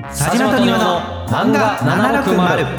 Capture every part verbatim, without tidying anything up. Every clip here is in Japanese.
佐島と庭の漫画ななひゃくろくじゅう。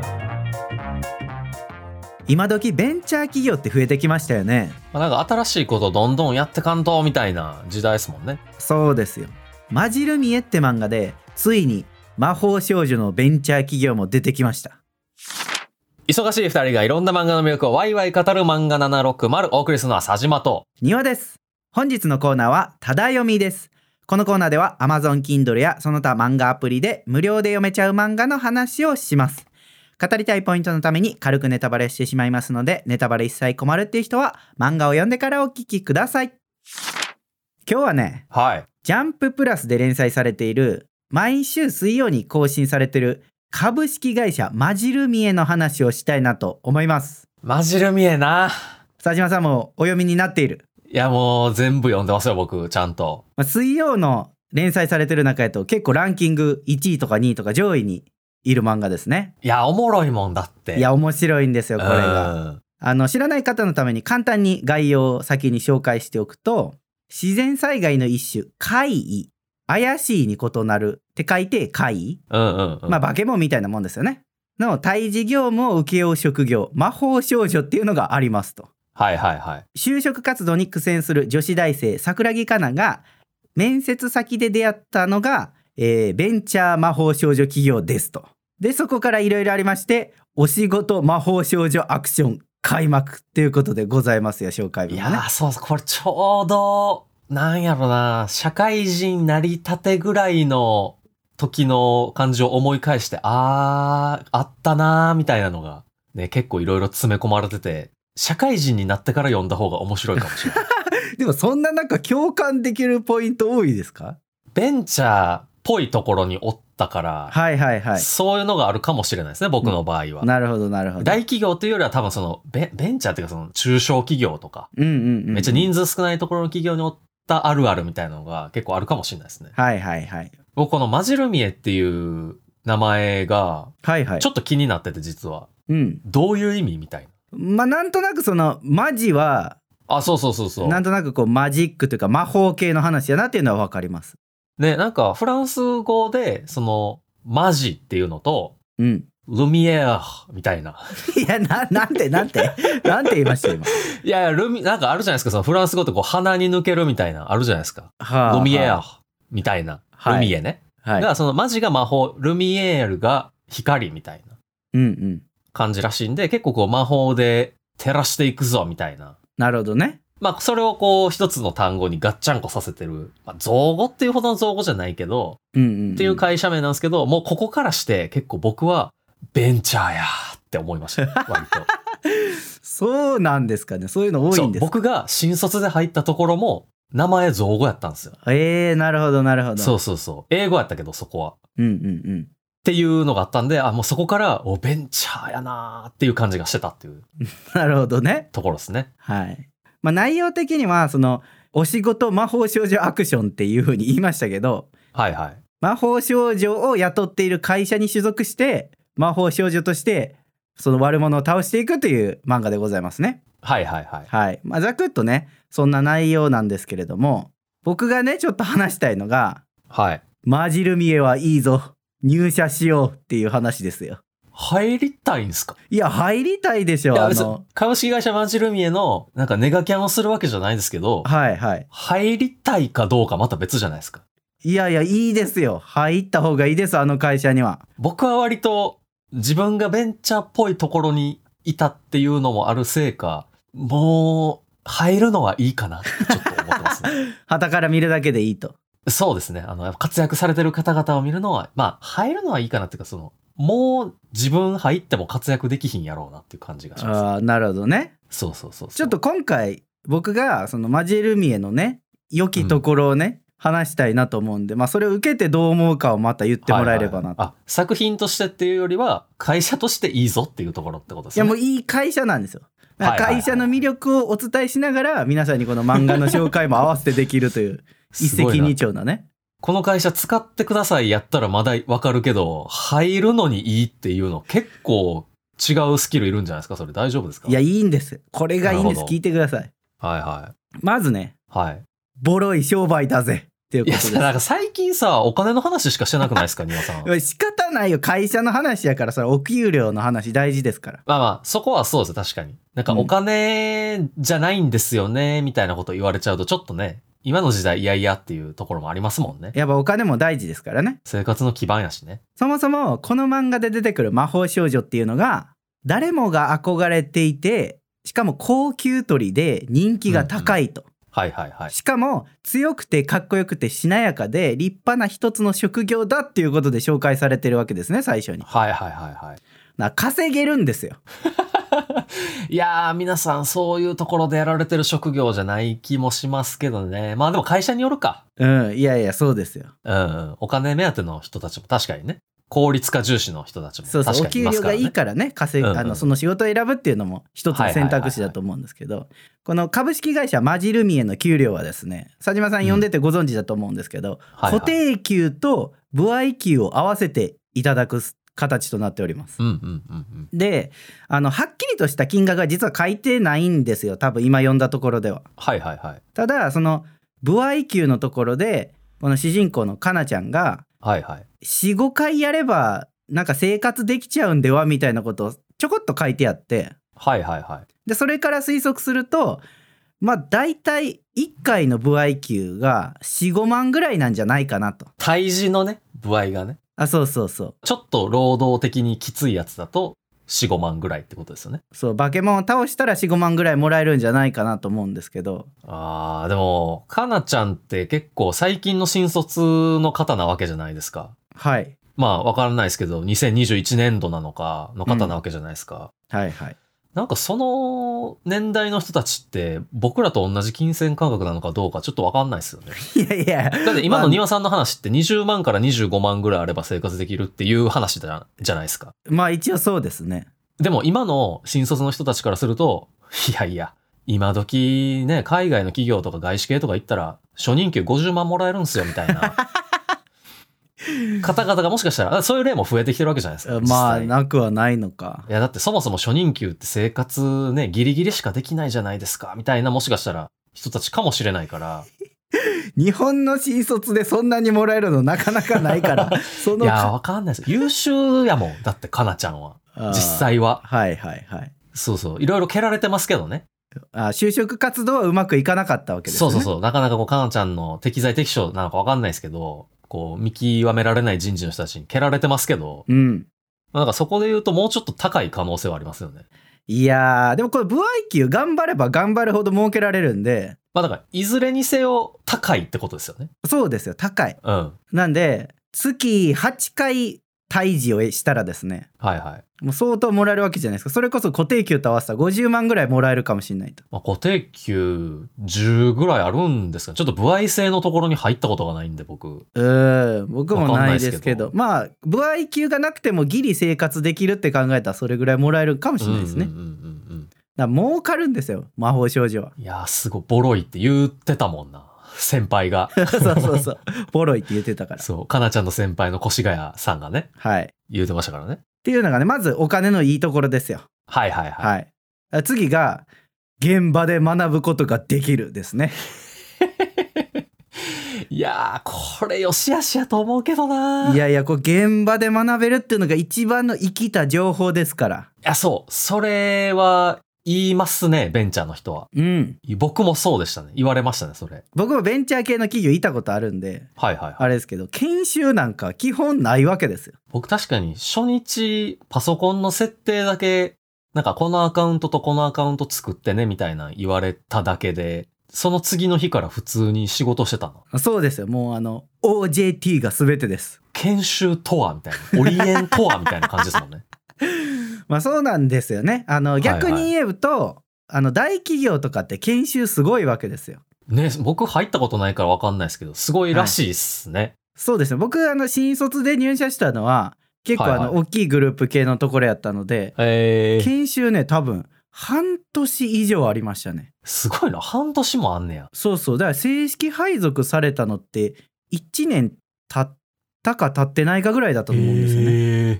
今時ベンチャー企業って増えてきましたよね。 まあ、なんか新しいことどんどんやってかんとみたいな時代ですもんね。 そうですよ。マジルミエって漫画でついに魔法少女のベンチャー企業も出てきました。 忙しいふたりがいろんな漫画の魅力をワイワイ語る漫画ななひゃくろくじゅう。お送りするのは佐島と庭です。本日のコーナーはただ読みです。このコーナーでは Amazon Kindle やその他漫画アプリで無料で読めちゃう漫画の話をします。語りたいポイントのために軽くネタバレしてしまいますので、ネタバレ一切困るっていう人は漫画を読んでからお聞きください。今日はね、 はい、 ジャンププラスで連載されている毎週水曜に更新されている株式会社マジルミエの話をしたいなと思います。 マジルミエな。 佐島さんもお読みになっている？ いやもう全部読んでますよ僕ちゃんと。 まあ、水曜の連載されてる中やと結構ランキングいちいとかにいとか上位にいる漫画ですね。 いやおもろいもんだって。 いや面白いんですよこれが。あの知らない方のために簡単に概要を先に紹介しておくと、自然災害の一種怪異、怪しいに異なるって書いて怪異、 うんうんうん、 まあ化け物みたいなもんですよね。の対峙業務を請け負う職業魔法少女っていうのがありますと。 はいはいはい。 就職活動に苦戦する女子大生桜木香菜が面接先で出会ったのが、えー、ベンチャー魔法少女企業ですと。でそこからいろいろありまして、お仕事魔法少女アクション開幕っていうことでございますよ、紹介文がね。 いやそうそう、これちょうどなんやろな、社会人なりたてぐらいの時の感じを思い返して、あーあったなーみたいなのがね、結構いろいろ詰め込まれてて、社会人になってから読んだ方が面白いかもしれないでもそんななんか共感できるポイント多いですか？ ベンチャーっぽいところにおったから、 はいはいはい、 そういうのがあるかもしれないですね、僕の場合は、 うん、なるほどなるほど。 大企業というよりは多分その ベ, ベンチャーっていうかその中小企業とか、 うんうんうんうん、 めっちゃ人数少ないところの企業におったあるあるみたいなのが結構あるかもしれないですね。 はいはいはい。 僕このマジルミエっていう名前がちょっと気になってて、実は、 うん、 どういう意味みたいな。 まあなんとなくそのマジは、 あ、そうそうそうそう、 なんとなくこうマジックというか魔法系の話やなっていうのは分かります。 でなんかフランス語でそのマジっていうのと、 うん、 ルミエールみたいな。 いやな、なんてなんてなんて言いました今。 いやいやルミなんかあるじゃないですか、そのフランス語ってこう鼻に抜けるみたいなあるじゃないですか。はあ、ルミエールみたいな、はい、ルミエね。はい、だからそのマジが魔法、ルミエールが光みたいな感じらしいんで、うんうん、結構こう魔法で照らしていくぞみたいな。 なるほどね。 まあそれをこう一つの単語にガッチャンコさせてる、まあ、造語っていうほどの造語じゃないけど、うんうんうん、っていう会社名なんですけど、もうここからして結構僕はベンチャーやって思いました割と。 そうなんですかね。そういうの多いんですか？ 僕が新卒で入ったところも名前造語やったんですよ。 えー、なるほどなるほど。 そうそうそう、英語やったけどそこは、 うんうんうん、 っていうのがあったんで、あもうそこからおベンチャーやなーっていう感じがしてたっていうなるほどね、 ところですね。 はい。まあ、内容的にはそのお仕事魔法少女アクションっていう風に言いましたけど、 はいはい、 魔法少女を雇っている会社に所属して魔法少女としてその悪者を倒していくという漫画でございますね。 はいはいはい、 はい。まあ、ざくっとねそんな内容なんですけれども、僕がねちょっと話したいのが、 はい、 マジルミエはいいぞ入社しようっていう話ですよ。 入りたいんすか？いや入りたいでしょ。あの株式会社マジルミエのなんかネガキャンをするわけじゃないですけど、 はいはい、 入りたいかどうかまた別じゃないですか。 いやいやいいですよ、入った方がいいです。あの会社には。僕は割と自分がベンチャーっぽいところにいたっていうのもあるせいか、もう入るのはいいかなってちょっと思ってますね。 傍から見るだけでいいと。 そうですね、あの活躍されてる方々を見るのはまあ入るのはいいかなっていうか、そのもう自分入っても活躍できひんやろうなっていう感じがします、ね。ああ、なるほどね。 そうそうそうそう。 ちょっと今回僕がそのマジルミエのね良きところをね、うん、話したいなと思うんで、まあそれを受けてどう思うかをまた言ってもらえればなと、 はいはいはい、あ作品としてっていうよりは会社としていいぞっていうところってことですね。 いやもういい会社なんですよ。会社の魅力をお伝えしながら皆さんにこの漫画の紹介も合わせてできるという一石二鳥なね。 この会社使ってくださいやったらまだわかるけど、入るのにいいっていうの結構違うスキルいるんじゃないですか。それ大丈夫ですか？ いやいいんです、これがいいんです。聞いてください。 はいはい。 まずね、 はい、 ボロい商売だぜ。 っていうことです。 いや、なんか最近さ、お金の話しかしてなくないですか、庭さん。 仕方ないよ。会社の話やから、それお給料の話大事ですから。 まあまあ、そこはそうです、確かに。なんかお金じゃないんですよね、みたいなこと言われちゃうと、ちょっとね、今の時代いやいやっていうところもありますもんね。 やっぱお金も大事ですからね。 生活の基盤やしね。 そもそもこの漫画で出てくる魔法少女っていうのが誰もが憧れていて、しかも高級鳥で人気が高いと、うんうん、 はいはいはい。しかも強くてかっこよくてしなやかで立派な一つの職業だっていうことで紹介されてるわけですね、最初に。 はいはいはいはい。 な稼げるんですよ。 いやー、皆さんそういうところでやられてる職業じゃない気もしますけどね。まあでも会社によるか。 うん、いやいや、そうですよ。 うん、うん、お金目当ての人たちも確かにね。効率化重視の人たちも確かにいますからね。 そうそう、お給料がいいからね、稼ぐ、うんうん、あのその仕事を選ぶっていうのも一つの選択肢だと思うんですけど、はいはいはいはい、この株式会社マジルミエの給料はですね、佐島さん読んでてご存知だと思うんですけど、うんはいはい、固定給と歩合給を合わせていただく形となっております、 うんうんうんうん、 で、あのはっきりとした金額が実は書いてないんですよ、多分今読んだところでは。 はいはいはい。 ただその歩合給のところでこの主人公のかなちゃんが、 はいはい、 よん、ごかいやればなんか生活できちゃうんではみたいなことをちょこっと書いてあって、 はいはいはい。 でそれから推測すると、まあ大体いっかいの歩合給がよん、ごまんぐらいなんじゃないかなと。 胎児のね、歩合がね。 あ、そうそうそう。 ちょっと労働的にきついやつだとよん、ごまんぐらいってことですよね。 そう、バケモンを倒したらよん、ごまんぐらいもらえるんじゃないかなと思うんですけど。 あー、でもかなちゃんって結構最近の新卒の方なわけじゃないですか。 はい。 まあわからないですけどにせんにじゅういちねんどなのかの方なわけじゃないですか、 うん、はいはい。 なんかその年代の人たちって僕らと同じ金銭感覚なのかどうかちょっとわかんないですよね。 いやいや、 だって今の庭さんの話ってにじゅうまんからにじゅうごまんぐらいあれば生活できるっていう話じゃないですか。 まあ一応そうですね。 でも今の新卒の人たちからすると、いやいや今時ね、海外の企業とか外資系とか行ったら初任給ごじゅうまんもらえるんすよみたいな方々がもしかしたらそういう例も増えてきてるわけじゃないですか。 まあなくはないのか。 いやだってそもそも初任給って生活ねギリギリしかできないじゃないですかみたいな、もしかしたら人たちかもしれないから日本の新卒でそんなにもらえるのなかなかないからそのいやわかんないです。優秀やもんだってかなちゃんは実際は。 はいはいはい。 そうそう、いろいろ蹴られてますけどね。 あ、就職活動はうまくいかなかったわけですね。 そうそうそう、なかなかこうかなちゃんの適材適所なのかわかんないですけど、こう見極められない人事の人たちに蹴られてますけど、 うん、 なんかそこで言うともうちょっと高い可能性はありますよね。 いやーでもこれ歩合給頑張れば頑張るほど儲けられるんで、 まあだからいずれにせよ高いってことですよね。 そうですよ、高い、 うん、 なんで月はちかい退治をしたらですね、 はいはい、 もう相当もらえるわけじゃないですか。それこそ固定給と合わせたらごじゅうまんぐらいもらえるかもしれないと。 まあ、固定給じゅうぐらいあるんですか。ちょっと歩合制のところに入ったことがないんで僕。 うーん、僕もないですけど、まあ歩合給がなくてもギリ生活できるって考えたらそれぐらいもらえるかもしれないですね。うんうんうんうん、だから儲かるんですよ魔法少女は。 いやすごいボロいって言ってたもんな、先輩が。 そうそうそう、ボロいって言ってたから。 そう、かなちゃんの先輩の越谷さんがね、はい、言うてましたからね。 っていうのがね、まずお金のいいところですよ。 はいはいはい、 はい、次が現場で学ぶことができるですね。 いやーこれよしあしやと思うけどな。 いやいや、これ現場で学べるっていうのが一番の生きた情報ですから。いや、そうそれは言いますね、ベンチャーの人は。うん。僕もそうでしたね。言われましたね、それ。 僕もベンチャー系の企業いたことあるんで、 はいはいはい、 あれですけど、研修なんか基本ないわけですよ。 僕確かに初日パソコンの設定だけ、なんかこのアカウントとこのアカウント作ってねみたいな言われただけで、その次の日から普通に仕事してたの。 そうですよ。もうあの オージェーティー が全てです。 研修とはみたいな、オリエンとはみたいな感じですもんね。 まあそうなんですよね。あの逆に言うと、はいはい、あの大企業とかって研修すごいわけですよ。 ね、僕入ったことないから分かんないですけど、すごいらしいっすね。はい、 そうですね。僕あの新卒で入社したのは結構あの、はいはい、大きいグループ系のところやったので、えー、研修ね多分半年以上ありましたね。 すごいな、半年もあんねや。 そうそう、だから正式配属されたのっていちねん経ったか経ってないかぐらいだと思うんですよね。 えー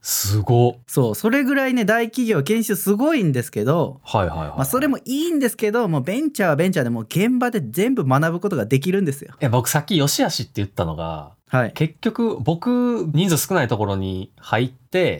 すごっ。 そう、それぐらいね大企業研修すごいんですけど、 はいはいはい、 まあ、それもいいんですけど、もうベンチャーはベンチャーでもう現場で全部学ぶことができるんですよ。 いや僕さっきよしあしって言ったのが、 はい、 結局僕人数少ないところに入って、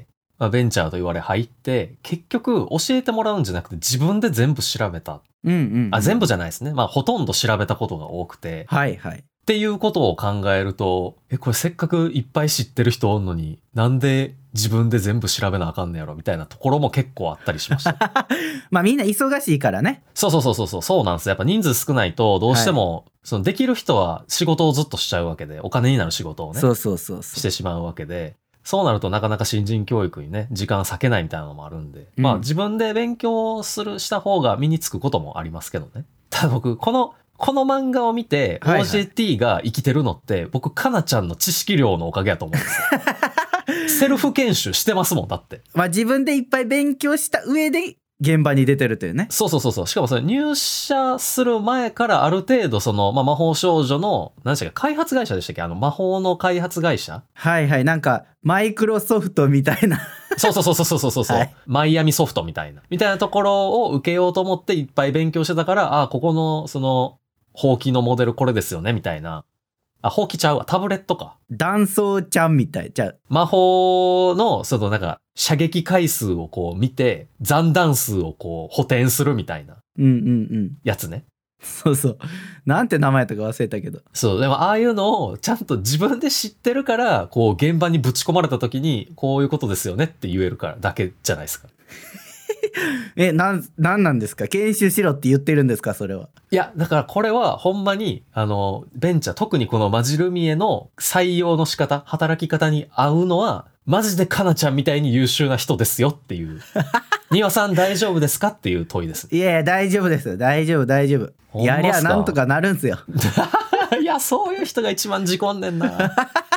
まあ、ベンチャーと言われ入って結局教えてもらうんじゃなくて自分で全部調べた、 うんうんうん、 あ全部じゃないですね、まあほとんど調べたことが多くて、 はいはい、 っていうことを考えると、えこれせっかくいっぱい知ってる人おんのになんで自分で全部調べなあかんねやろみたいなところも結構あったりしました。 まあみんな忙しいからね。 そうそうそうそうそうそうなんですよ。やっぱ人数少ないとどうしても、はい、そのできる人は仕事をずっとしちゃうわけで、お金になる仕事をね、 そうそうそうそうしてしまうわけで、そうなるとなかなか新人教育にね時間割けないみたいなのもあるんで、うん、まあ自分で勉強するした方が身につくこともありますけどね。ただ僕このこの漫画を見て オージェーティー が生きてるのって、はいはい、僕かなちゃんの知識量のおかげやと思うんですよ。セルフ研修してますもんだって。 まあ自分でいっぱい勉強した上で現場に出てるというね。 そうそうそうそう。しかもそれ入社する前からある程度その、まあ、魔法少女の何でしたっけ、開発会社でしたっけ、あの魔法の開発会社。 はいはい、なんかマイクロソフトみたいな。 そうそうそうそうそうそうそう、はい、マイアミソフトみたいなみたいなところを受けようと思っていっぱい勉強してたから、あここのそのほうきのモデルこれですよねみたいな。あ、ほうきちゃうわ。タブレットか。 断層ちゃんみたい。じゃあ魔法の、そのなんか、射撃回数をこう見て、残弾数をこう補填するみたいな。 うんうんうん。 やつね。 そうそう。なんて名前とか忘れたけど。 そう。でもああいうのをちゃんと自分で知ってるから、こう現場にぶち込まれた時に、こういうことですよねって言えるからだけじゃないですか。 え、なん、なんなんですか？研修しろって言ってるんですかそれは。 いや、だからこれはほんまに、あの、ベンチャー、特にこのマジルミエの採用の仕方、働き方に合うのは、マジでカナちゃんみたいに優秀な人ですよっていう。庭さん大丈夫ですかっていう問いです。 いやいや、大丈夫ですよ。大丈夫、大丈夫。やりゃなんとかなるんすよ。 いや、そういう人が一番事故んねんな。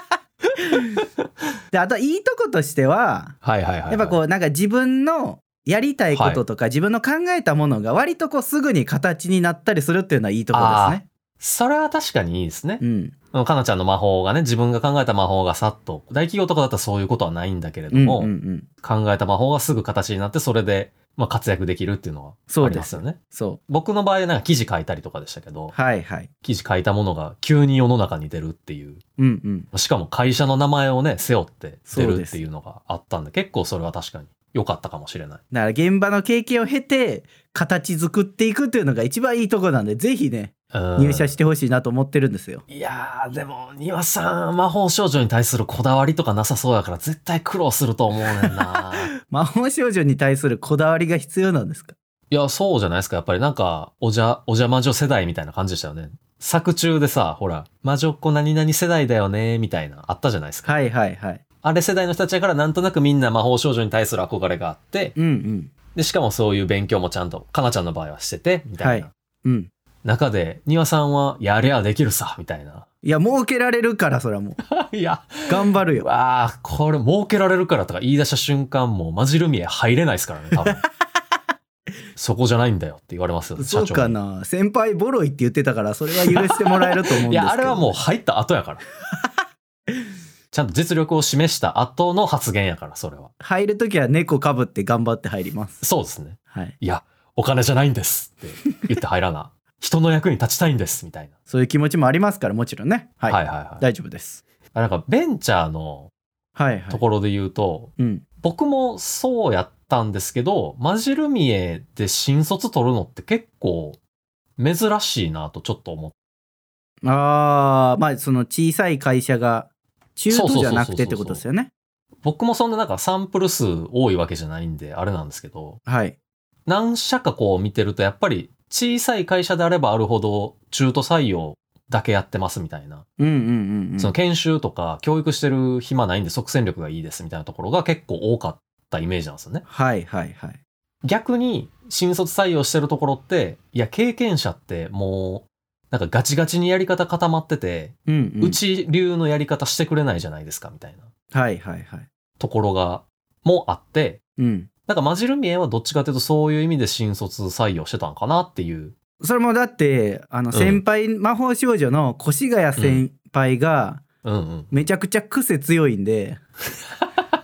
で、あといいとことしては、 はいはいはいはい、 やっぱこう、なんか自分のやりたいこととか、はい、自分の考えたものが割とこうすぐに形になったりするっていうのはいいところですね。 それは確かにいいですね。 うん。 かなちゃんの魔法がね、自分が考えた魔法がさっと、大企業とかだったらそういうことはないんだけれども、うんうんうん、考えた魔法がすぐ形になって、それで、まあ、活躍できるっていうのはありますよね。 そう。 僕の場合はなんか記事書いたりとかでしたけど、 はいはい。 記事書いたものが急に世の中に出るっていう。 うんうん。 しかも会社の名前をね、背負って出るっていうのがあったんで、結構それは確かに良かったかもしれない。 だから現場の経験を経て、形作っていくっていうのが一番いいところなんで、ぜひね、入社してほしいなと思ってるんですよ。 いやーでも庭さん魔法少女に対するこだわりとかなさそうやから絶対苦労すると思うねんな。 魔法少女に対するこだわりが必要なんですか？ いやそうじゃないですか。やっぱりなんかおじゃおじゃ魔女世代みたいな感じでしたよね。作中でさほら魔女っ子何々世代だよねみたいなあったじゃないですか。 はいはいはい。 あれ世代の人たちだからなんとなくみんな魔法少女に対する憧れがあって、 うんうん、 でしかもそういう勉強もちゃんとかなちゃんの場合はしててみたいな。 はい、うん。 中で庭さんはやりゃできるさみたいな。 いや儲けられるからそれはもういや頑張るよ。 わあこれ儲けられるからとか言い出した瞬間もうマジルミエ入れないですからね多分。そこじゃないんだよって言われますよ。 そうかな。先輩ボロいって言ってたからそれは許してもらえると思うんですけど。いやあれはもう入った後やから。ちゃんと実力を示した後の発言やからそれは。 入るときは猫かぶって頑張って入ります。 そうですね。 はい。 いやお金じゃないんですって言って入らな。人の役に立ちたいんですみたいな。 そういう気持ちもありますからもちろんね。はい、はいはいはい。大丈夫です。 あなんかベンチャーのところで言うと、はいはいうん、僕もそうやったんですけど、マジルミエで新卒取るのって結構珍しいなとちょっと思って。 ああ、まあその小さい会社が中途じゃなくてってことですよね。 僕もそんななんかサンプル数多いわけじゃないんであれなんですけど、 はい。 何社かこう見てるとやっぱり小さい会社であればあるほど中途採用だけやってますみたいな。 うんうんうんうん、 その研修とか教育してる暇ないんで即戦力がいいですみたいなところが結構多かったイメージなんですよね。 はいはいはい。 逆に新卒採用してるところって、いや経験者ってもうなんかガチガチにやり方固まってて、うんうん、うち流のやり方してくれないじゃないですかみたいな。 はいはいはい。 ところがもあって、 うん。 なんかマジルミエはどっちかというとそういう意味で新卒採用してたんかなっていう。 それもだってあの先輩、うん、魔法少女の越谷先輩がめちゃくちゃ癖強いんで、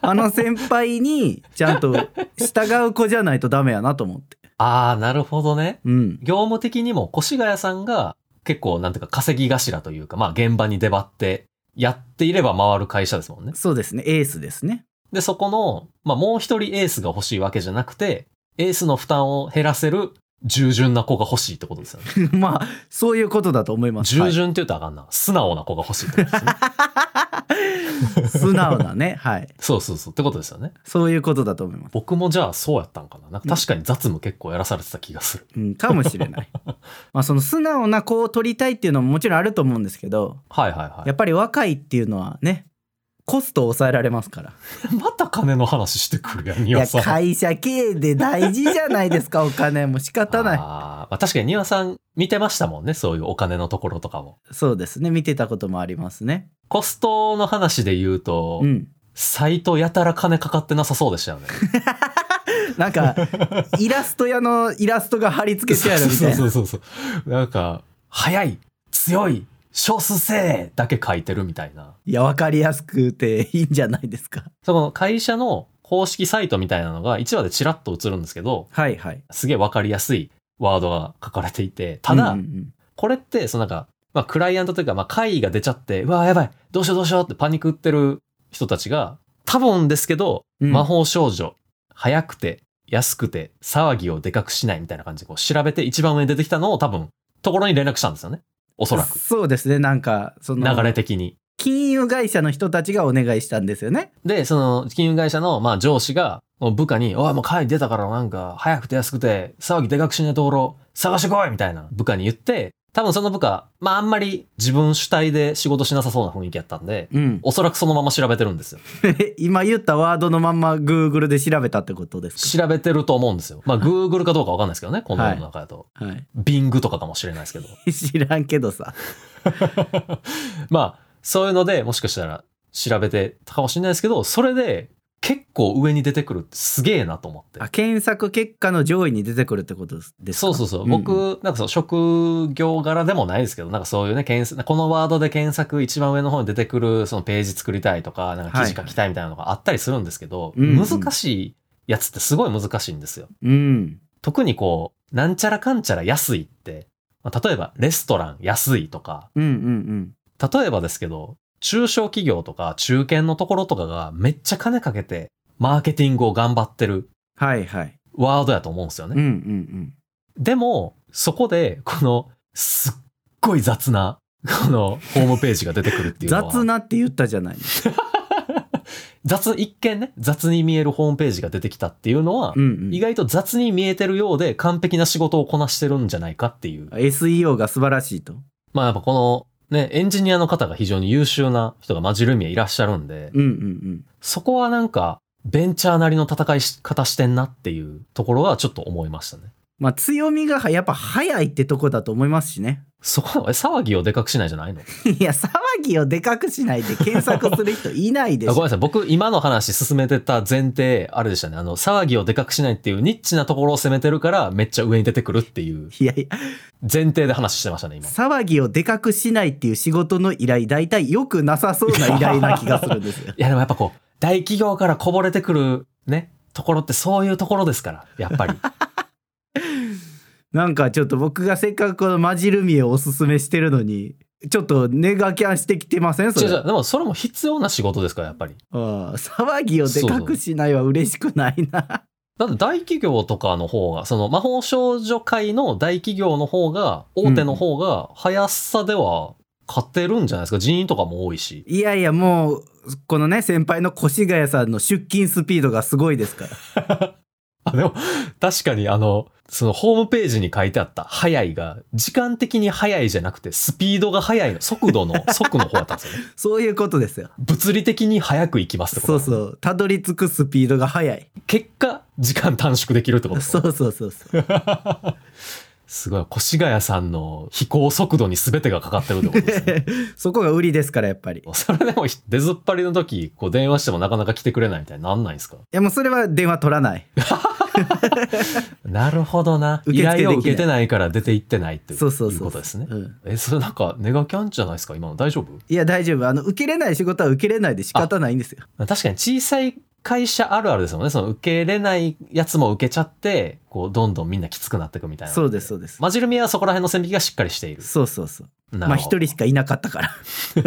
あの先輩にちゃんと従う子じゃないとダメやなと思って。 ああ、なるほどね。 うん。 業務的にも越谷さんが結構なんていうか稼ぎ頭というか、まあ現場に出張ってやっていれば回る会社ですもんね。 そうですね。エースですね。 で、そこの、まあもう一人エースが欲しいわけじゃなくて、エースの負担を減らせる従順な子が欲しいってことですよね。 まあ、そういうことだと思います。 従順って言うとあかんな。はい、素直な子が欲しいってことですね。 素直なね。はい。 そうそうそう。ってことですよね。 そういうことだと思います。 僕もじゃあそうやったんかな。なんか確かに雑務結構やらされてた気がする。 うん、かもしれない。まあその素直な子を取りたいっていうのももちろんあると思うんですけど、 はいはいはい。 やっぱり若いっていうのはね、コストを抑えられますから。 また金の話してくるやん、庭さん。 いや、会社経営で大事じゃないですか、お金も仕方ない。 あ、まあ確かに庭さん見てましたもんね、そういうお金のところとかも。 そうですね、見てたこともありますね。 コストの話で言うと、うん、サイトやたら金かかってなさそうでしたよね。 なんかイラスト屋のイラストが貼り付けてあるみたいな。 そうそうそうそう。なんか速い、強い、少数精だけ書いてるみたいな。 いや、分かりやすくていいんじゃないですか。 その会社の公式サイトみたいなのがいちわでチラッと映るんですけど、 はいはい、 すげえ分かりやすいワードが書かれていて、ただ、うんうんうん、これってそのなんか、まあ、クライアントというか、まあ、会議が出ちゃって、うわーやばい、どうしようどうしようってパニック売ってる人たちが、多分ですけど、うん、魔法少女、早くて安くて騒ぎをでかくしないみたいな感じでこう調べて一番上に出てきたのを多分ところに連絡したんですよね。おそらく。 そうですね。なんかその流れ的に金融会社の人たちがお願いしたんですよね。 でその金融会社のまあ上司がもう部下に「おいもう会議出たからなんか早くて安くて騒ぎでかくしないところ探してこい」みたいな部下に言って、多分その部下まああんまり自分主体で仕事しなさそうな雰囲気やったんで、うん、おそらくそのまま調べてるんですよ。 今言ったワードのまんま Google で調べたってことですか？ 調べてると思うんですよ。まあ Google かどうかわかんないですけどね、この世の中だと、はいはい、Bing とかかもしれないですけど。 知らんけどさ。 まあそういうのでもしかしたら調べてたかもしれないですけど、それで結構上に出てくるってすげえなと思って。 あ、検索結果の上位に出てくるってことですか？ そうそうそう、うん、僕なんかそう職業柄でもないですけど、なんかそういうね検索、このワードで検索一番上の方に出てくるそのページ作りたいとか、なんか記事書きたいみたいなのがあったりするんですけど、はいはい、難しいやつってすごい難しいんですよ、うん、特にこうなんちゃらかんちゃら安いって、例えばレストラン安いとか、うんうんうん、例えばですけど中小企業とか中堅のところとかがめっちゃ金かけてマーケティングを頑張ってるワードやと思うんですよね。 うんうんうん、 でもそこでこのすっごい雑なこのホームページが出てくるっていうのは雑なって言ったじゃない雑、一見ね雑に見えるホームページが出てきたっていうのは、うんうん、意外と雑に見えてるようで完璧な仕事をこなしてるんじゃないかっていう。 エスイーオー が素晴らしいと。 まあやっぱこのね、エンジニアの方が非常に優秀な人がマジルミアいらっしゃるんで、うんうんうん、そこはなんかベンチャーなりの戦い方してんなっていうところはちょっと思いましたね。 まあ強みがやっぱ早いってとこだと思いますしね。 そこは騒ぎをでかくしないじゃないの？ いや、騒ぎをでかくしないで検索する人いないでしょ。 ごめんなさい、僕今の話進めてた前提あれでしたね。あの騒ぎをでかくしないっていうニッチなところを攻めてるからめっちゃ上に出てくるっていういやいや前提で話してましたね今。 騒ぎをでかくしないっていう仕事の依頼、大体よくなさそうな依頼な気がするんですよ。 いやでもやっぱこう大企業からこぼれてくるねところってそういうところですからやっぱり。 なんかちょっと僕がせっかくこのマジルミエをおすすめしてるのにちょっとネガキャンしてきてません？それ。 違う違う、でもそれも必要な仕事ですからやっぱり。 ああ、騒ぎをでかくしないは嬉しくないな。 だって大企業とかの方がその魔法少女界の大企業の方が大手の方が速さでは勝ってるんじゃないですか、うん、人員とかも多いし。 いやいや、もうこのね先輩の越谷さんの出勤スピードがすごいですから。 あ、でも確かにあのそのホームページに書いてあった速いが時間的に速いじゃなくてスピードが速いの速度の速の方だったんですよね。 そういうことですよ。 物理的に速く行きますってこと。 そうそう、たどり着くスピードが速い。 結果時間短縮できるってことです。 そうそうそうそう。 すごい、越谷さんの飛行速度に全てがかかってるってことですね。 そこが売りですからやっぱり。 それでも出ずっぱりの時こう電話してもなかなか来てくれないみたいになんないんですか？いやもうそれは電話取らない。 なるほどな。依頼を受けてないから出て行ってないっていうことですね。え、それなんかネガキャンじゃないですか今の。大丈夫？ いや大丈夫。あの受けれない仕事は受けれないで仕方ないんですよ。 確かに小さい会社あるあるですよね。その受け入れないやつも受けちゃって、こうどんどんみんなきつくなっていくみたいな。 そうですそうです。 マジルミはそこら辺の線引きがしっかりしている。 そうそうそう。まあ一人しかいなかったから。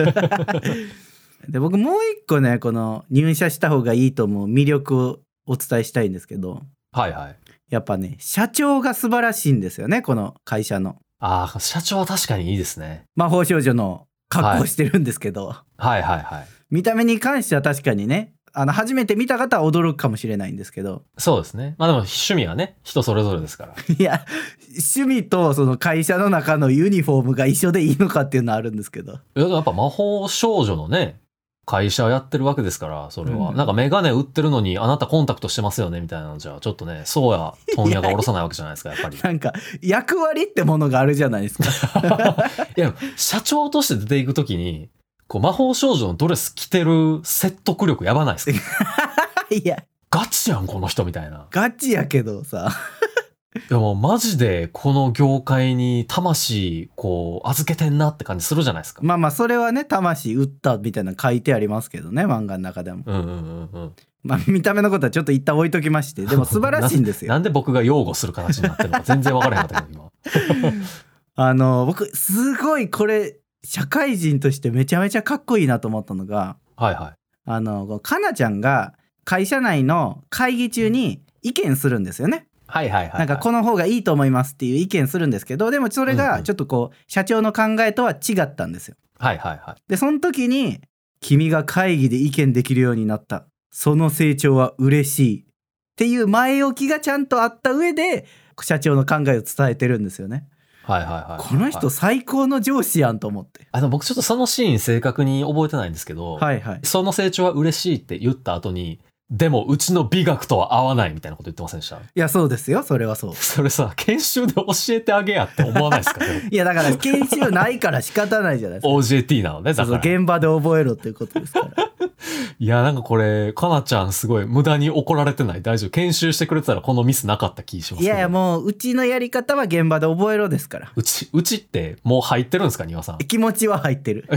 で僕もう一個ね、この入社した方がいいと思う魅力をお伝えしたいんですけど。 はいはい。 やっぱね、社長が素晴らしいんですよね、この会社の。 ああ、社長は確かにいいですね。 魔法少女の格好してるんですけど、 はい、はいはいはい。 見た目に関しては確かにね、あの初めて見た方は驚くかもしれないんですけど。 そうですね。まあでも趣味はね、人それぞれですから。 いや、趣味とその会社の中のユニフォームが一緒でいいのかっていうのはあるんですけど。 いややっぱ魔法少女のね、会社やってるわけですから、それは、うん、なんかメガネ売ってるのにあなたコンタクトしてますよねみたいなのじゃちょっとね、そうや問屋が下ろさないわけじゃないですか。やっぱりなんか役割ってものがあるじゃないですか。 いや社長として出ていくときにこう魔法少女のドレス着てる説得力やばないですか。 いやガチやんこの人みたいな。 ガチやけどさ。 いやもうマジでこの業界に魂こう預けてんなって感じするじゃないですか。 まあまあそれはね、魂売ったみたいなの書いてありますけどね、漫画の中でも。 うんうんうんうん。 まあ見た目のことはちょっと一旦置いときまして、でも素晴らしいんですよ。 な, なんで僕が擁護する形になってるのか全然分からへんかったけど今。 あの僕すごいこれ社会人としてめちゃめちゃかっこいいなと思ったのが、 はいはい。 あのかなちゃんが会社内の会議中に意見するんですよね。 はいはいはい、はい、 なんかこの方がいいと思いますっていう意見するんですけど、でもそれがちょっとこう社長の考えとは違ったんですよ。 はいはいはい。 でその時に君が会議で意見できるようになった、その成長は嬉しいっていう前置きがちゃんとあった上で社長の考えを伝えてるんですよね。 はいはいはい。 この人最高の上司やんと思って。 あの僕ちょっとそのシーン正確に覚えてないんですけど、 はいはい。 その成長は嬉しいって言った後に、でもうちの美学とは合わないみたいなこと言ってませんでした？いやそうですよ、それはそう。 それさ研修で教えてあげやって思わないですか？ いやだから研修ないから仕方ないじゃないですか。 オージェーティー なのね、だからそうそう現場で覚えろっていうことですから。 いやなんかこれかなちゃんすごい無駄に怒られてない？大丈夫？研修してくれてたらこのミスなかった気しますけど。 いやいやもううちのやり方は現場で覚えろですから。 うちうちってもう入ってるんですか庭さん？ 気持ちは入ってる。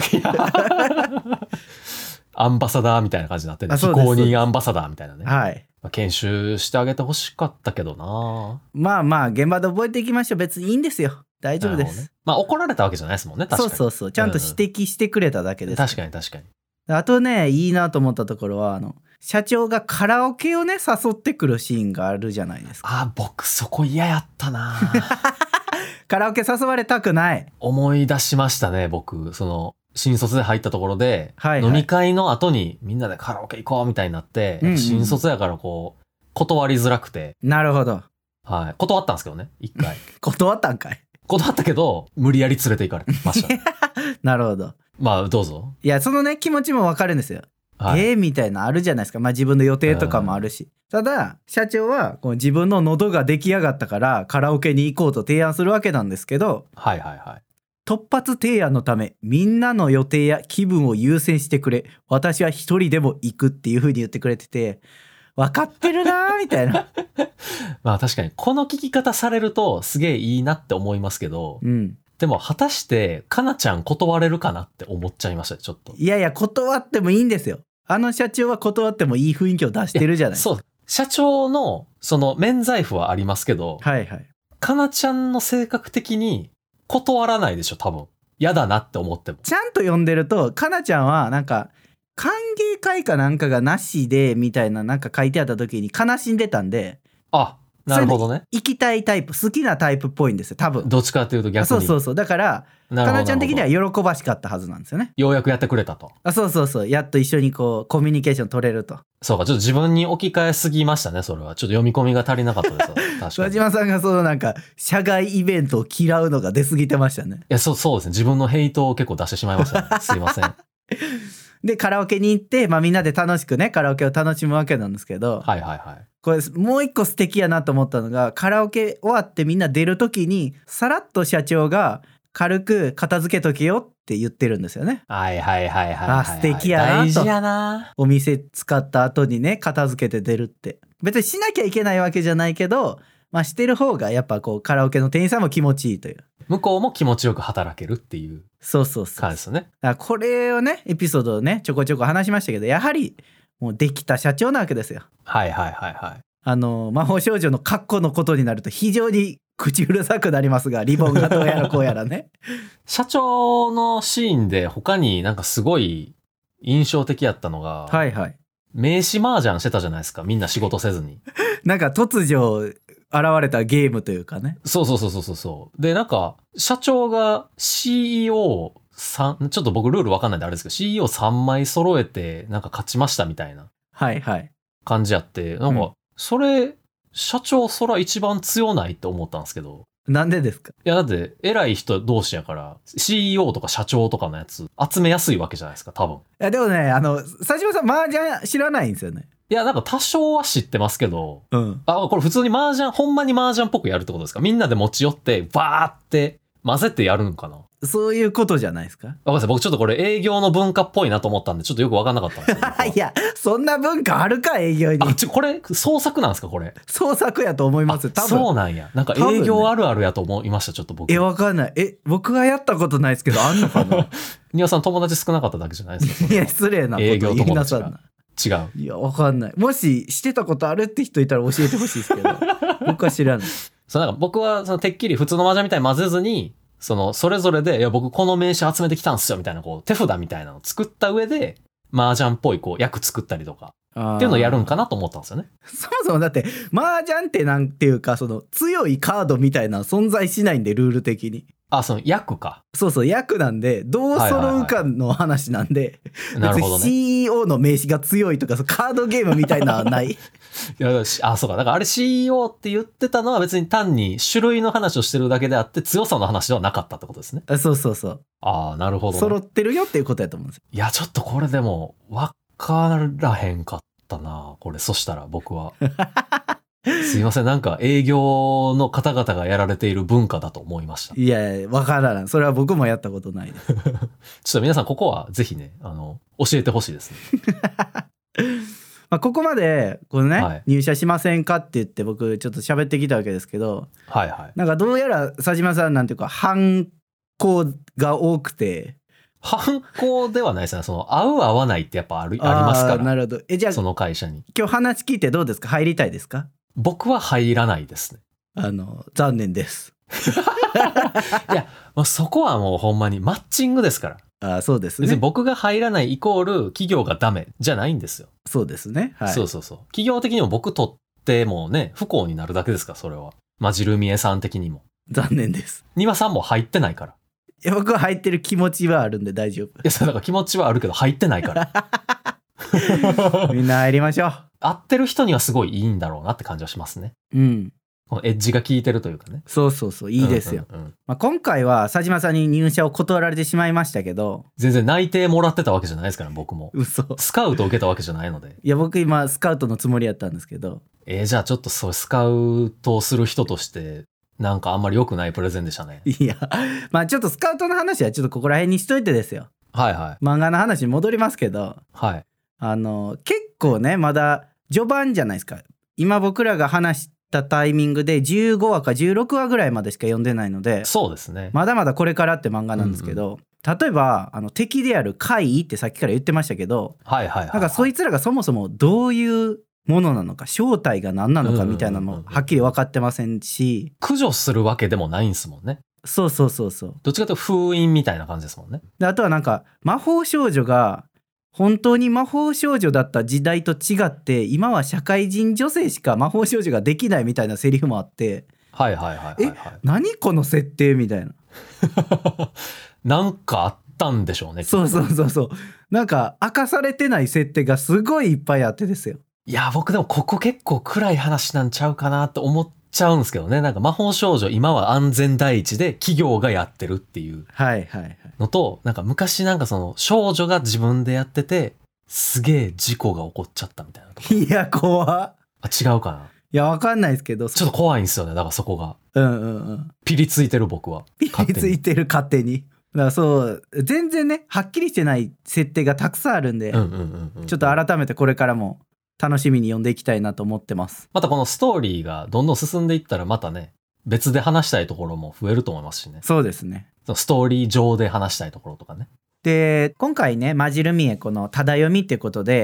アンバサダーみたいな感じになってる、ね、非公認アンバサダーみたいなね。 はい。 まあ、研修してあげてほしかったけどな。 まあまあ現場で覚えていきましょう。別にいいんですよ。大丈夫です。ね、 まあ怒られたわけじゃないですもんね。確かに。 そうそうそう。ちゃんと指摘してくれただけです、 うんうん。確かに確かに。 あとねいいなと思ったところはあの社長がカラオケをね誘ってくるシーンがあるじゃないですか。 あ、僕そこ嫌やったな。 カラオケ誘われたくない。 思い出しましたね僕。その新卒で入ったところで、はいはい、飲み会の後にみんなでカラオケ行こうみたいになって、うんうん、新卒やからこう断りづらくて。 なるほど。 はい。断ったんですけどね一回。 断ったんかい。 断ったけど無理やり連れて行かれました。 なるほど。 まあどうぞ。 いやそのね気持ちもわかるんですよ。はい、えーみたいなあるじゃないですか。まあ自分の予定とかもあるし、ただ社長はこう自分の喉が出来上がったからカラオケに行こうと提案するわけなんですけど、 はいはいはい。 突発提案のためみんなの予定や気分を優先してくれ、私は一人でも行くっていう風に言ってくれてて、分かってるなーみたいな。 まあ確かにこの聞き方されるとすげえいいなって思いますけど、うん、でも果たしてかなちゃん断れるかなって思っちゃいましたちょっと。 いやいや断ってもいいんですよ。あの社長は断ってもいい雰囲気を出してるじゃない。 そう社長のその免罪符はありますけど、 はいはい、 かなちゃんの性格的に断らないでしょ多分。嫌だなって思っても。 ちゃんと読んでるとかなちゃんはなんか歓迎会かなんかがなしでみたいななんか書いてあった時に悲しんでたんで。 あ、なるほどね。 行きたいタイプ、好きなタイプっぽいんですよ多分。 どっちかっていうと逆に。 そうそうそう。だからかなちゃん的には喜ばしかったはずなんですよね。 ようやくやってくれたと。 あ、そうそうそう。やっと一緒にこうコミュニケーション取れると。 そうか、ちょっと自分に置き換えすぎましたねそれは。ちょっと読み込みが足りなかったです。確かに。 和島さんがそのなんか社外イベントを嫌うのが出過ぎてましたね。 いや、そうそうですね。自分のヘイトを結構出してしまいましたね。すいません。 でカラオケに行って、まあ、みんなで楽しくねカラオケを楽しむわけなんですけど、 はいはいはい。 これもう一個素敵やなと思ったのが、カラオケ終わってみんな出る時にさらっと社長が軽く片付けとけよって言ってるんですよね。 はいはいはいはい、はい、 あ、素敵やなと。 大事やな。 お店使った後にね片付けて出るって別にしなきゃいけないわけじゃないけど、まあ、してる方がやっぱこうカラオケの店員さんも気持ちいいという、 向こうも気持ちよく働けるっていう、 そうそうそう感じですよね。 だからこれをねエピソードをねちょこちょこ話しましたけど、やはりもうできた社長なわけですよ。 はいはいはいはい。 あの魔法少女の格好のことになると非常に口うるさくなりますが、リボンがどうやらこうやらね社長のシーンで他になんかすごい印象的やったのが、 はいはい、 名刺麻雀してたじゃないですか、みんな仕事せずになんか突如現れたゲームというかね。 そうそうそうそうそうで、なんか社長が シーイーオーさん、ちょっと僕ルールわかんないんであれですけど シーイーオーさん 枚揃えてなんか勝ちましたみたいなはいはい感じやって、なんかそれ社長そら一番強ないって思ったんですけど。 なんでですか？ いやだって偉い人同士やから シーイーオー とか社長とかのやつ集めやすいわけじゃないですか多分。いやでもね、あの佐島さん麻雀知らないんですよね。 いやなんか多少は知ってますけど、 うん、 あこれ普通に麻雀ほんまに麻雀っぽくやるってことですか？みんなで持ち寄ってバーって混ぜてやるんかな。 そういうことじゃないですか。 わかんないです。僕ちょっとこれ営業の文化っぽいなと思ったんでちょっとよくわかんなかったんですけどいやそんな文化あるか営業に。 あちょこれ創作なんですかこれ？ 創作やと思います多分。 そうなんや。なんか営業あるあるやと思いました、ちょっと僕。 えわかんない。え僕はやったことないですけどあんのかな庭さん友達少なかっただけじゃないですか？ いや失礼なこと言いなさんな。 違う。 いやわかんない。もししてたことあるって人いたら教えてほしいですけど僕は知らない。 そうなんか僕はそのてっきり普通の麻雀みたいに混ぜずにそのそれぞれでいや僕この名刺集めてきたんすよみたいなこう手札みたいなのを作った上で麻雀っぽいこう役作ったりとかっていうのをやるんかなと思ったんですよね。 そもそもだって麻雀ってなんていうかその強いカードみたいな存在しないんでルール的に。 あその役か。 そうそう役なんでどう揃うかの話なんで、はいはいはい、 なるほどね。 シーイーオー の名刺が強いとかそカードゲームみたいなのはない。いやあそうかだからあれ シーイーオー って言ってたのは別に単に種類の話をしてるだけであって強さの話ではなかったってことですね。 あそうそうそう。 ああなるほど、ね、 揃ってるよっていうことやと思うんですよ。 いやちょっとこれでも分からへんかったなこれ。そしたら僕はすいませんなんか営業の方々がやられている文化だと思いました。 いやいや分からない。それは僕もやったことないですちょっと皆さんここはぜひねあの教えてほしいですねまあここまでこのね、 はい、 入社しませんかって言って僕ちょっと喋ってきたわけですけど、 はいはい、 なんかどうやら佐島さんなんていうか反抗が多くて。 反抗ではないですね。その合う合わないってやっぱあるありますから。 なるほど。えじゃあその会社に今日話聞いてどうですか？入りたいですか？ 僕は入らないですね。 あの残念ですいやもうそこはもうほんまにマッチングですから。 あそうですね。 別に僕が入らないイコール企業がダメじゃないんですよ。 そうですね、はい、 そうそうそう。企業的にも僕とってもね不幸になるだけですからそれは。まじるみえさん的にも残念です。 庭さんも入ってないから。 いや僕は入ってる気持ちはあるんで大丈夫。いやそれだから気持ちはあるけど入ってないからみんな入りましょう。 合ってる人にはすごいいいんだろうなって感じはしますね。 うん。 このエッジが効いてるというかね。 そうそうそういいですよ、うんうんうん。まあ、今回は佐島さんに入社を断られてしまいましたけど。 全然内定もらってたわけじゃないですから僕も。 嘘。 スカウト受けたわけじゃないので。 いや僕今スカウトのつもりやったんですけど。 えー、じゃあちょっとそれスカウトする人としてなんかあんまり良くないプレゼンでしたね。 いやまあちょっとスカウトの話はちょっとここら辺にしといてですよ。 はいはい。 漫画の話に戻りますけど。 はい。 あの結構ねまだ序盤じゃないですか。今僕らが話したタイミングでじゅうごわかじゅうろくわぐらいまでしか読んでないので。 そうですね。 まだまだこれからって漫画なんですけど、うんうん、例えばあの敵である怪異ってさっきから言ってましたけど、 はいはいはいはい、 なんかそいつらがそもそもどういうものなのか正体が何なのかみたいなのもはっきり分かってませんし、 駆除するわけでもないんですもんね。 そうそうそうそう。 どっちかというと封印みたいな感じですもんね。 であとはなんか魔法少女が本当に魔法少女だった時代と違って今は社会人女性しか魔法少女ができないみたいなセリフもあって、 はいはいはいはい、はい、 え何この設定みたいななんかあったんでしょうね。 そうそうそうそう。なんか明かされてない設定がすごいいっぱいあってですよ。 いや僕でもここ結構暗い話なんちゃうかなと思っちゃうんですけどね。なんか魔法少女今は安全第一で企業がやってるっていうはいはいはいのと、なんか昔なんかその少女が自分でやっててすげえ事故が起こっちゃったみたいなとか。 いや怖っ。 あ違うかな。 いやわかんないですけどちょっと怖いんですよね。だからそこがうんうんうんピリついてる僕は。 ピリついてる勝手に。だからそう全然ねはっきりしてない設定がたくさんあるんで、うんうんうんうん、ちょっと改めてこれからも楽しみに読んでいきたいなと思ってます。 またこのストーリーがどんどん進んでいったらまたね別で話したいところも増えると思いますしね。 そうですね。 ストーリー上で話したいところとかね。 で今回ねまじるみえこのただ読みってことで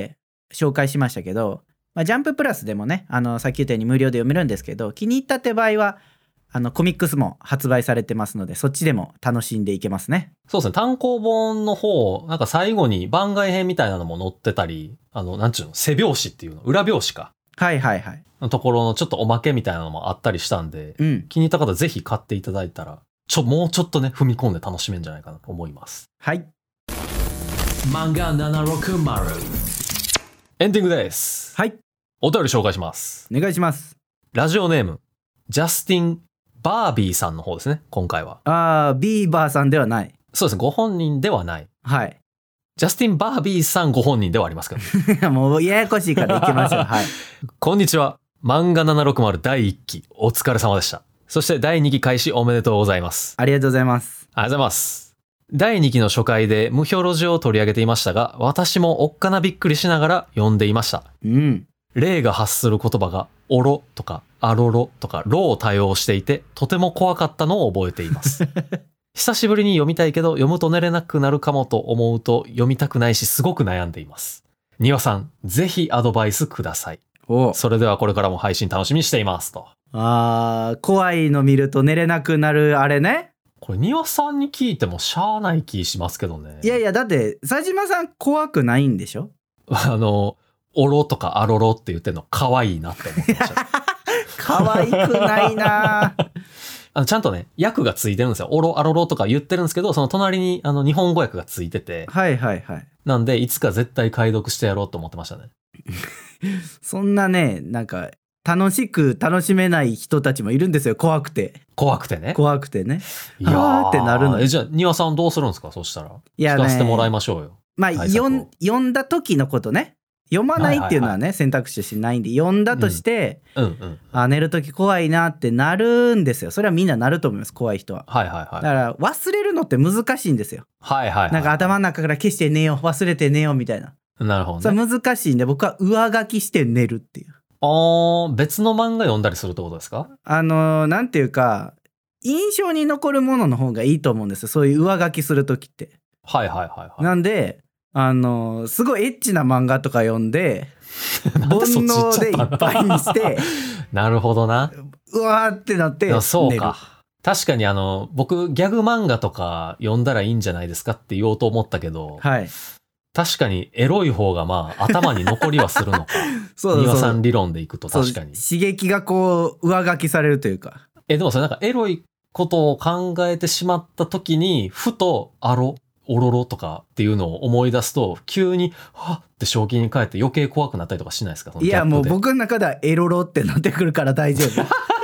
紹介しましたけど、まあ、ジャンププラスでもねあのさっき言ったように無料で読めるんですけど、気に入ったって場合はあのコミックスも発売されてますので、そっちでも楽しんでいけますね。 そうですね、単行本の方なんか最後に番外編みたいなのも載ってたり、あのなんちゅうの背表紙っていうの裏表紙かはいはいはいのところのちょっとおまけみたいなのもあったりしたんで、うん、気に入った方ぜひ買っていただいたらちょもうちょっとね踏み込んで楽しめるんじゃないかなと思います。 はい。 漫画ななひゃくろくじゅうエンディングです。 はい、 お便り紹介します。 お願いします。 ラジオネームジャスティン・バービーさんの方ですね、今回は。 あービーバーさんではない。 そうですね、ご本人ではない。 はい。 ジャスティン・バービーさんご本人ではありますけどもうややこしいからいきましょう。はい。 こんにちは。漫画ななひゃくろくじゅうだいいっきお疲れ様でした。そしてだいにき開始おめでとうございます。 ありがとうございます。 ありがとうございます。だいにきの初回で無表ロジを取り上げていましたが、私もおっかなびっくりしながら読んでいました。 うん。 霊が発する言葉がオロとかアロロとかロを多用していて、とても怖かったのを覚えています久しぶりに読みたいけど読むと寝れなくなるかもと思うと読みたくないし、すごく悩んでいます。庭さんぜひアドバイスください。おそれではこれからも配信楽しみにしていますと。 あー怖いの見ると寝れなくなるあれね。 これ庭さんに聞いてもしゃあない気しますけどね。 いやいやだって佐島さん怖くないんでしょ。 あのオロとかアロロって言ってるの可愛いなって思ってました可愛くないなあのちゃんとね訳がついてるんですよ。オロアロロとか言ってるんですけど、その隣にあの日本語訳がついてて、 はいはいはい。 なんでいつか絶対解読してやろうと思ってましたねそんなねなんか楽しく楽しめない人たちもいるんですよ。怖くて怖くてね怖くてねいやーってなるの。えじゃあ庭さんどうするんですか。そしたらいや、ね、聞かせてもらいましょうよ。 まあ読ん読んだ時のことね。読まないっていうのはね、はいはいはい、選択肢としてないんで、読んだとして、うんうんうん、あ寝る時怖いなってなるんですよ。それはみんななると思います、怖い人は。 はいはいはい。だから忘れるのって難しいんですよ。 はいはいはい、はい。 なんか頭の中から消して寝よう、忘れて寝ようみたいな。 なるほどね。 それ難しいんで、僕は上書きして寝るっていう。 あー別の漫画読んだりするってことですか。 あのー、なんていうか印象に残るものの方がいいと思うんですよ、そういう上書きする時って。 はいはいはいはい。 なんであのー、すごいエッチな漫画とか読んで煩悩でいっぱいにしてなるほどな。 うわーってなって寝る。 そうか。確かにあの僕ギャグ漫画とか読んだらいいんじゃないですかって言おうと思ったけど、 はい、 確かにエロい方がまあ頭に残りはするのかそうそう、庭さん理論でいくと確かに刺激がこう上書きされるというか。 えでもそれなんかエロいことを考えてしまった時にふとアロオロロとかっていうのを思い出すと急にはっって正気に帰って余計怖くなったりとかしないですか。そのいやもう僕の中ではエロロってなってくるから大丈夫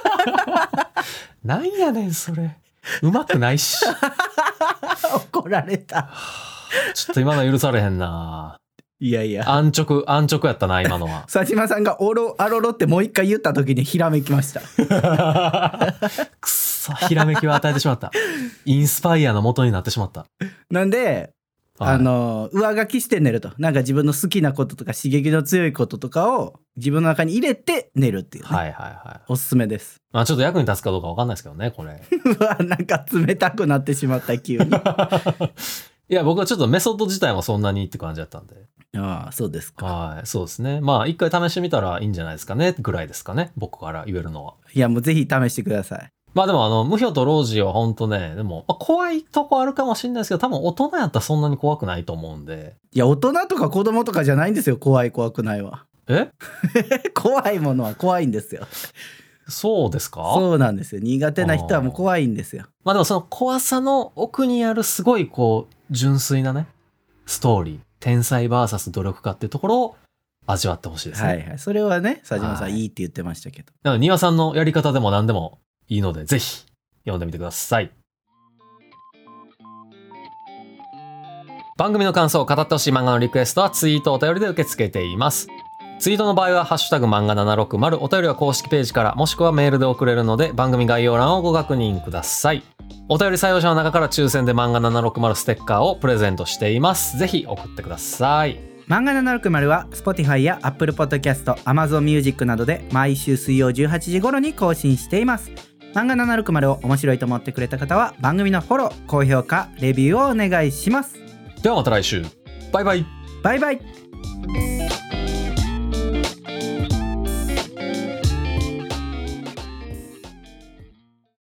なんやねんそれうまくないし怒られたちょっと今の許されへんな。 いやいや安直安直やったな今のは佐島さんがオロアロロってもう一回言った時にひらめきましたくっそひらめきを与えてしまった。インスパイアの元になってしまった。 なんで、はい、あの上書きして寝ると。なんか自分の好きなこととか刺激の強いこととかを自分の中に入れて寝るっていう、ね、 はいはいはい。 おすすめです。 まあちょっと役に立つかどうか分かんないですけどねこれうわなんか冷たくなってしまった急にいや僕はちょっとメソッド自体もそんなにって感じだったんで。 ああそうですか。 はいそうですね。まあ一回試してみたらいいんじゃないですかねぐらいですかね僕から言えるのは。 いやもうぜひ試してください。 まあでもあの無表と老ジは本当ねでも、まあ、怖いとこあるかもしれないですけど多分大人やったらそんなに怖くないと思うんで。 いや大人とか子供とかじゃないんですよ怖い怖くないは。 え怖いものは怖いんですよ。 そうですか。 そうなんですよ。苦手な人はもう怖いんですよ。 まあでもその怖さの奥にあるすごいこう純粋なねストーリー天才 ブイエス 努力家っていうところを味わってほしいですね。 はいはいそれはね佐島さんいいって言ってましたけど。 なので庭さんのやり方でも何でもいいのでぜひ読んでみてください。番組の感想を語ってほしい漫画のリクエストはツイートお便りで受け付けています。ツイートの場合はハッシュタグ漫画ななひゃくろくじゅうお便りは公式ページからもしくはメールで送れるので番組概要欄をご確認ください。お便り採用者の中から抽選で漫画ななひゃくろくじゅうステッカーをプレゼントしています。ぜひ送ってください。 漫画ななひゃくろくじゅうは Spotify や Apple Podcast、Amazon Music などで毎週水曜じゅうはちじ頃に更新しています。漫画ななひゃくろくじゅうを面白いと思ってくれた方は番組のフォロー、高評価、レビューをお願いします。 ではまた来週。バイバイ。 バイバイ。